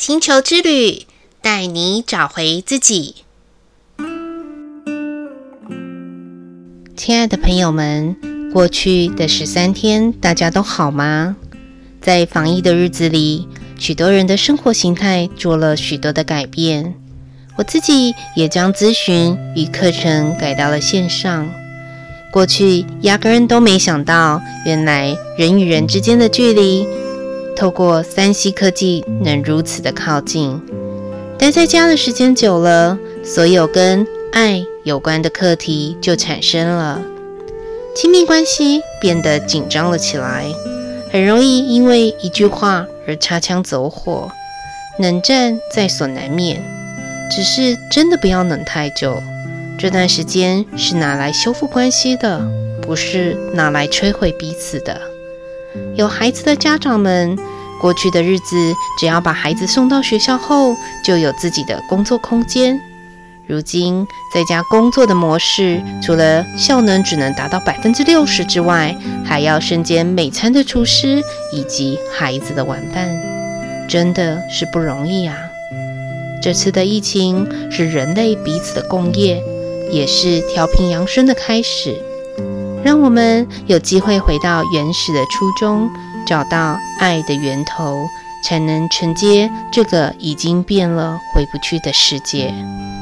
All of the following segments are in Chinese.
星球之旅，带你找回自己。亲爱的朋友们，过去的13天大家都好吗？在防疫的日子里，许多人的生活形态做了许多的改变，我自己也将咨询与课程改到了线上。过去压根都没想到，原来人与人之间的距离透过3C 科技能如此的靠近。待在家的时间久了，所有跟爱有关的课题就产生了，亲密关系变得紧张了起来，很容易因为一句话而擦枪走火，冷战在所难免。只是真的不要冷太久，这段时间是拿来修复关系的，不是拿来摧毁彼此的。有孩子的家长们，过去的日子只要把孩子送到学校后，就有自己的工作空间。如今在家工作的模式，除了效能只能达到60%之外，还要身兼每餐的厨师以及孩子的玩伴，真的是不容易啊。这次的疫情是人类彼此的共业，也是调频扬升的开始，让我们有机会回到原始的初衷，找到爱的源头，才能承接这个已经变了回不去的世界。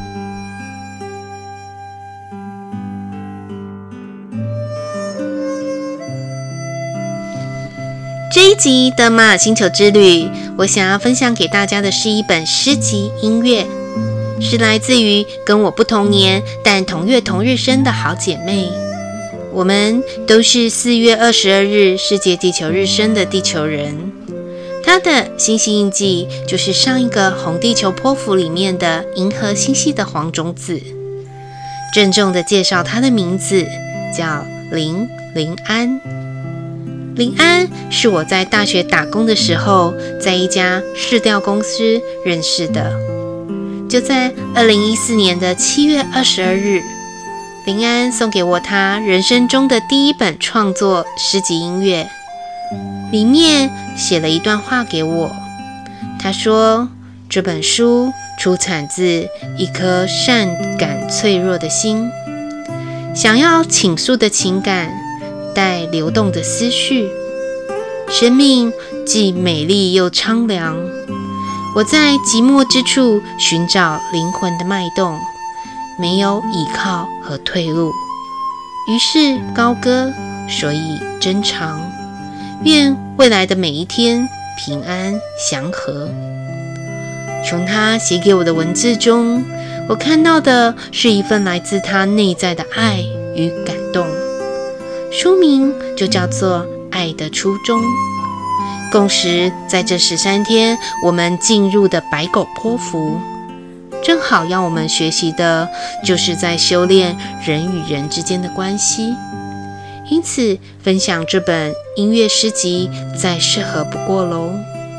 这一集的马尔星球之旅，我想要分享给大家的是一本诗集音乐，是来自于跟我不同年但同月同日生的好姐妹。我们都是4月22日世界地球日生的地球人。她的星系印记就是上一个红地球波符里面的银河星系的黄种子。郑重的介绍她的名字，叫林安。林安是我在大学打工的时候，在一家市调公司认识的。就在2014年的7月22日，林安送给我他人生中的第一本创作诗集音乐，里面写了一段话给我。他说，这本书出产自一颗善感脆弱的心，想要倾诉的情感带流动的思绪，生命既美丽又苍凉。我在寂寞之处寻找灵魂的脉动，没有依靠和退路，于是高歌，所以珍藏。愿未来的每一天平安祥和。从他写给我的文字中，我看到的是一份来自他内在的爱与感动。书名就叫做《爱的初衷》。共识在这13天我们进入的白狗波符，正好要我们学习的就是在修炼人与人之间的关系。因此分享这本音乐诗集再适合不过咯。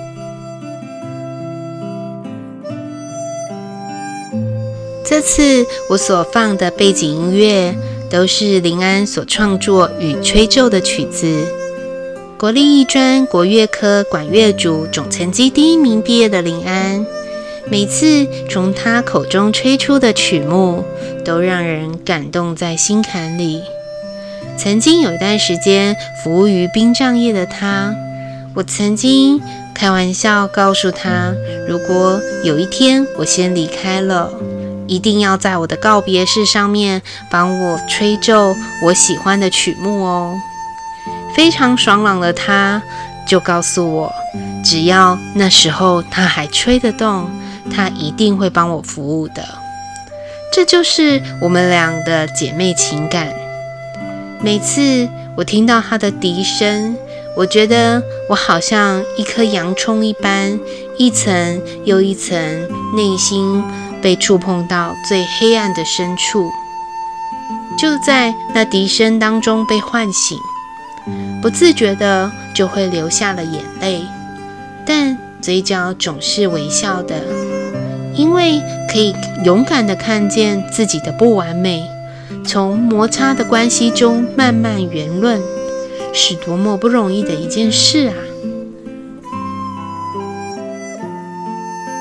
这次我所放的背景音乐都是林安所创作与吹奏的曲子。国立艺专国乐科管乐组总成绩第1名毕业的林安，每次从他口中吹出的曲目都让人感动在心坎里。曾经有一段时间服务于殡葬业的他，我曾经开玩笑告诉他，如果有一天我先离开了，一定要在我的告别式上面帮我吹奏我喜欢的曲目哦。非常爽朗的他就告诉我，只要那时候他还吹得动，他一定会帮我服务的。这就是我们俩的姐妹情感。每次我听到他的笛声，我觉得我好像一颗洋葱一般，一层又一层，内心被触碰到最黑暗的深处，就在那笛声当中被唤醒，不自觉的就会流下了眼泪，但嘴角总是微笑的，因为可以勇敢的看见自己的不完美，从摩擦的关系中慢慢圆润，是多么不容易的一件事啊！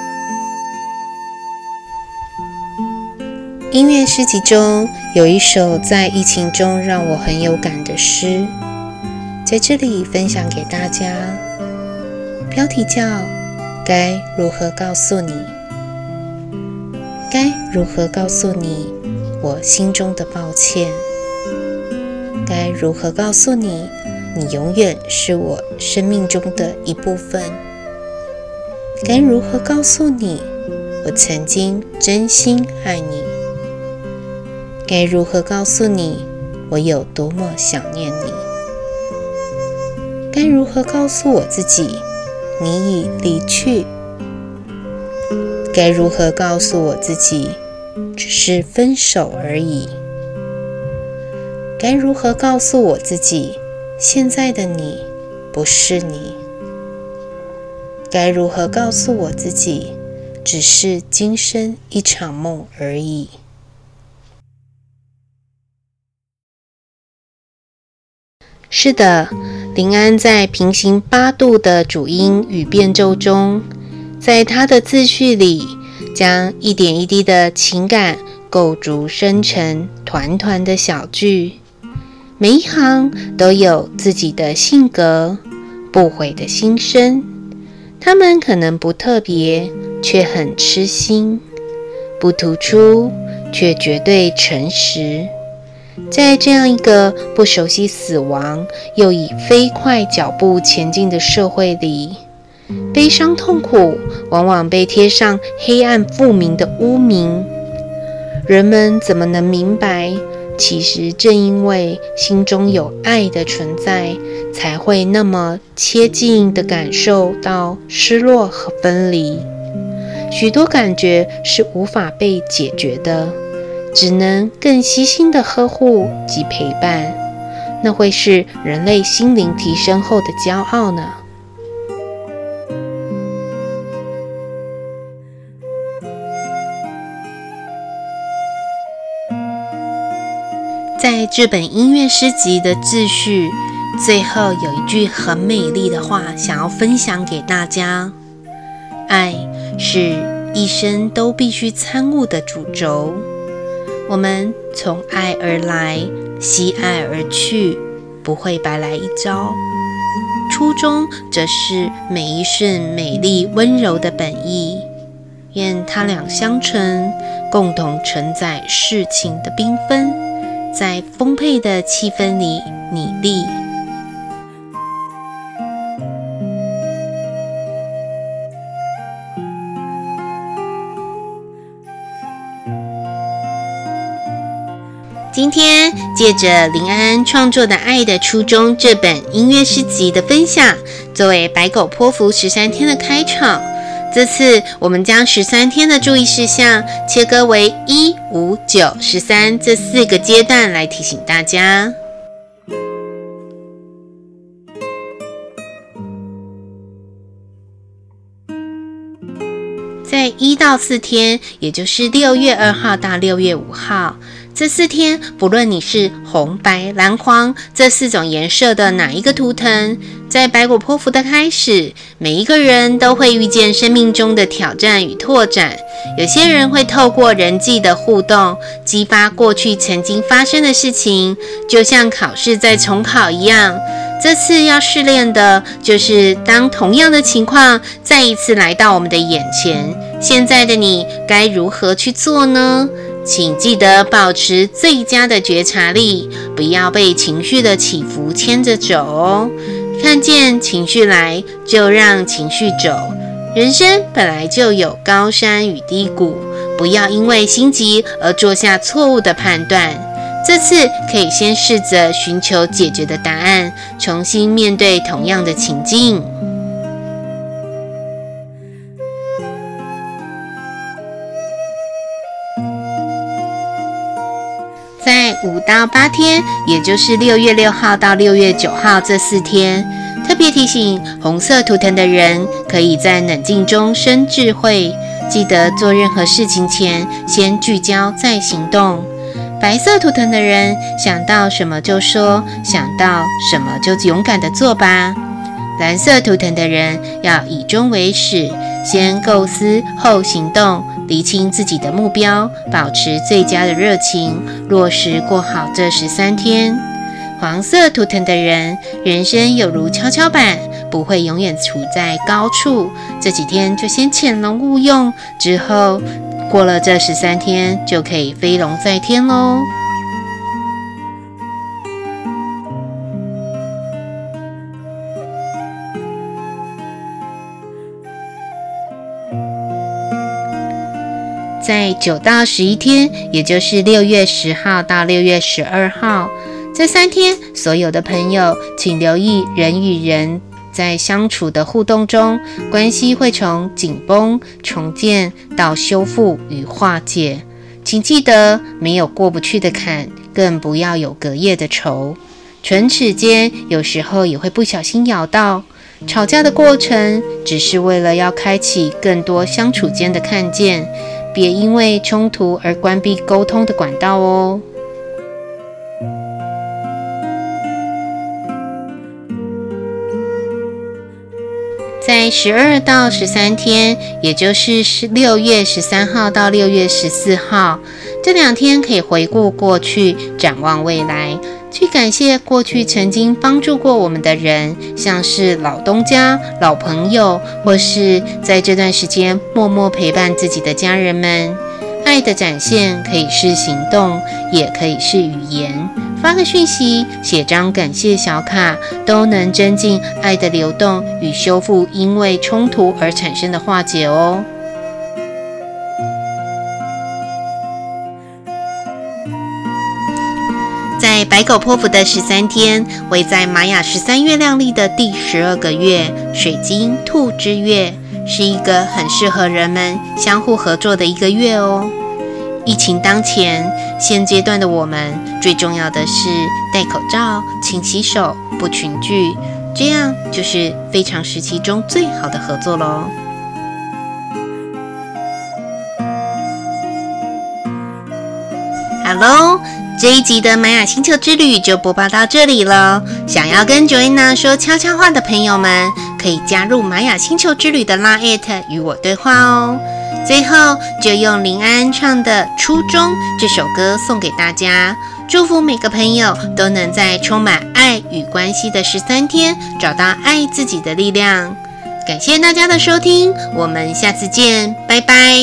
音乐诗集中有一首在疫情中让我很有感的诗，在这里分享给大家，标题叫《该如何告诉你》。该如何告诉你我心中的抱歉？该如何告诉你，你永远是我生命中的一部分？该如何告诉你，我曾经真心爱你？该如何告诉你，我有多么想念你？该如何告诉我自己，你已离去？该如何告诉我自己，只是分手而已？该如何告诉我自己，现在的你不是你？该如何告诉我自己，只是今生一场梦而已？是的，林安在平行8度的主音与变奏中，在他的自序里，将一点一滴的情感构筑生成团团的小句，每一行都有自己的性格，不悔的心声。他们可能不特别，却很痴心；不突出，却绝对诚实。在这样一个不熟悉死亡，又以飞快脚步前进的社会里，悲伤痛苦往往被贴上黑暗负名的污名。人们怎么能明白，其实正因为心中有爱的存在，才会那么切近地感受到失落和分离。许多感觉是无法被解决的，只能更悉心的呵护及陪伴，那会是人类心灵提升后的骄傲呢。在这本音乐诗集的自序，最后有一句很美丽的话，想要分享给大家：爱是一生都必须参悟的主轴。我们从爱而来，惜爱而去，不会白来一遭。初衷则是每一瞬美丽温柔的本意。愿他俩相乘，共同承载事情的缤纷，在丰沛的气氛里拟立。今天借着林安安创作的《爱的初衷》这本音乐诗集的分享，作为百狗泼妇13天的开场。这次我们将13天的注意事项切割为1、5、9、13这4个阶段来提醒大家。在1到4天，也就是6月2号到6月5号，这4天，不论你是红、白、蓝、黄这4种颜色的哪一个图腾，在百狗泼妇的开始，每一个人都会遇见生命中的挑战与拓展。有些人会透过人际的互动，激发过去曾经发生的事情，就像考试在重考一样。这次要试炼的就是当同样的情况再一次来到我们的眼前，现在的你该如何去做呢？请记得保持最佳的觉察力，不要被情绪的起伏牵着走哦。看见情绪来，就让情绪走。人生本来就有高山与低谷，不要因为心急而做下错误的判断。这次可以先试着寻求解决的答案，重新面对同样的情境。在5到8天，也就是6月6号到6月9号这4天，特别提醒红色图腾的人，可以在冷静中生智慧，记得做任何事情前，先聚焦再行动。白色图腾的人，想到什么就说，想到什么就勇敢地做吧。蓝色图腾的人要以终为始，先构思后行动， 厘清自己的目标，保持最佳的热情，落实过好这13天。黄色图腾的人，人生有如跷跷板，不会永远处在高处。这几天就先潜龙勿用，之后过了这13天，就可以飞龙在天咯。在9到11天，也就是6月10号到6月12号，这3天，所有的朋友请留意人与人在相处的互动中，关系会从紧绷、重建到修复与化解。请记得，没有过不去的坎，更不要有隔夜的仇。唇齿间有时候也会不小心咬到。吵架的过程，只是为了要开启更多相处间的看见，别因为冲突而关闭沟通的管道哦。在12到13天，也就是6月13号到6月14号，这2天可以回顾过去，展望未来，去感谢过去曾经帮助过我们的人，像是老东家、老朋友，或是在这段时间默默陪伴自己的家人们。爱的展现可以是行动，也可以是语言，发个讯息，写张感谢小卡，都能增进爱的流动与修复因为冲突而产生的化解哦。在白狗泼妇的13天，位在玛雅13月亮历的第12个月，水晶兔之月，是一个很适合人们相互合作的一个月哦。疫情当前，现阶段的我们最重要的是戴口罩、勤洗手、不群聚，这样就是非常时期中最好的合作咯。Hello， 这一集的玛雅星球之旅就播报到这里了。想要跟 Joanna 说悄悄话的朋友们，可以加入玛雅星球之旅的 LINE@ 与我对话哦。最后就用林安唱的《初衷》这首歌送给大家，祝福每个朋友都能在充满爱与关系的13天，找到爱自己的力量。感谢大家的收听，我们下次见，拜拜。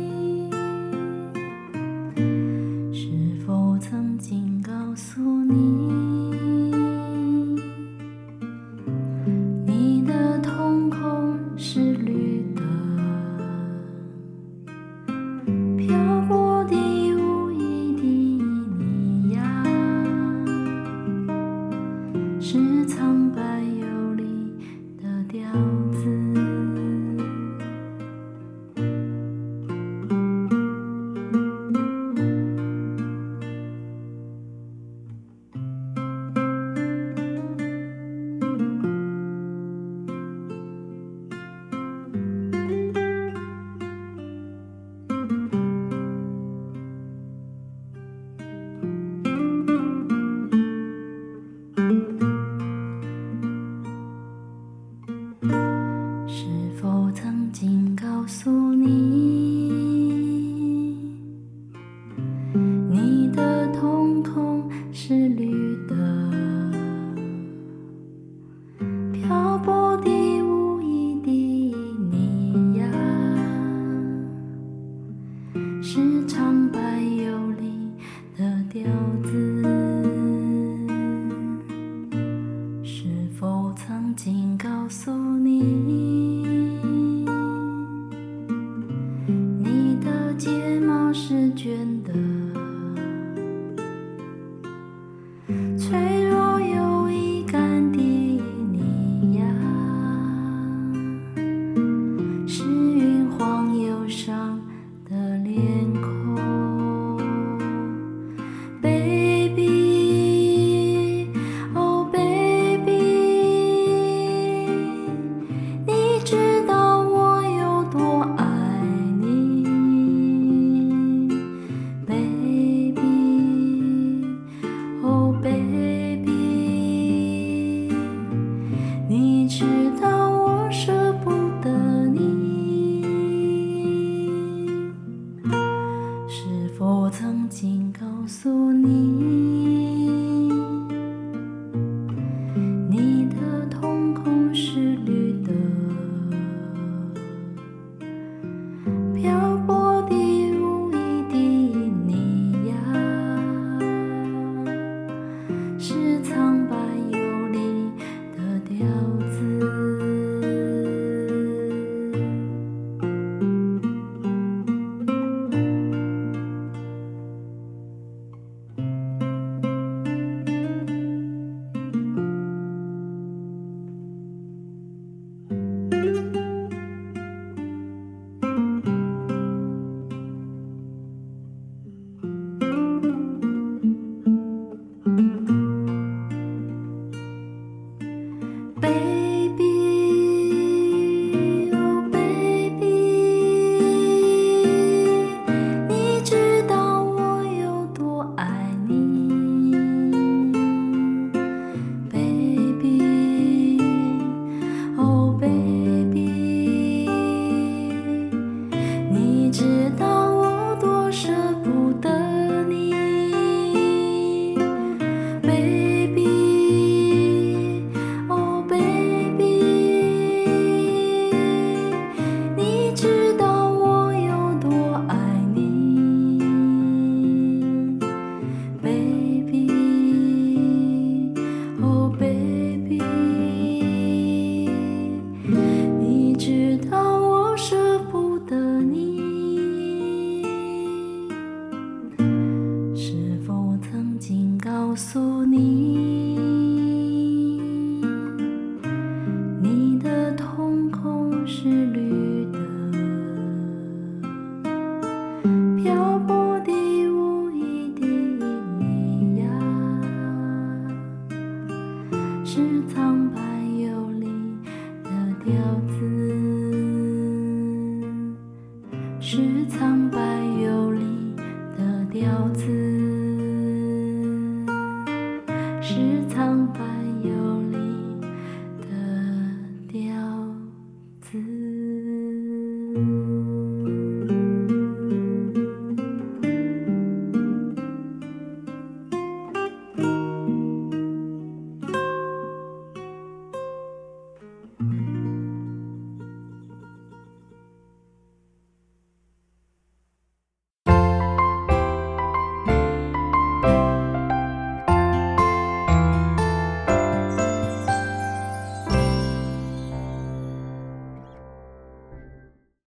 曾经告诉你苍白有力的调子，是否曾经告诉你，你的睫毛是卷的，脆弱又易干的你呀，是晕黄忧伤的脸孔。 Baby Oh baby， 你知道我有多爱你。 Baby Oh baby， 你知道我舍不得你。是否曾经告诉你，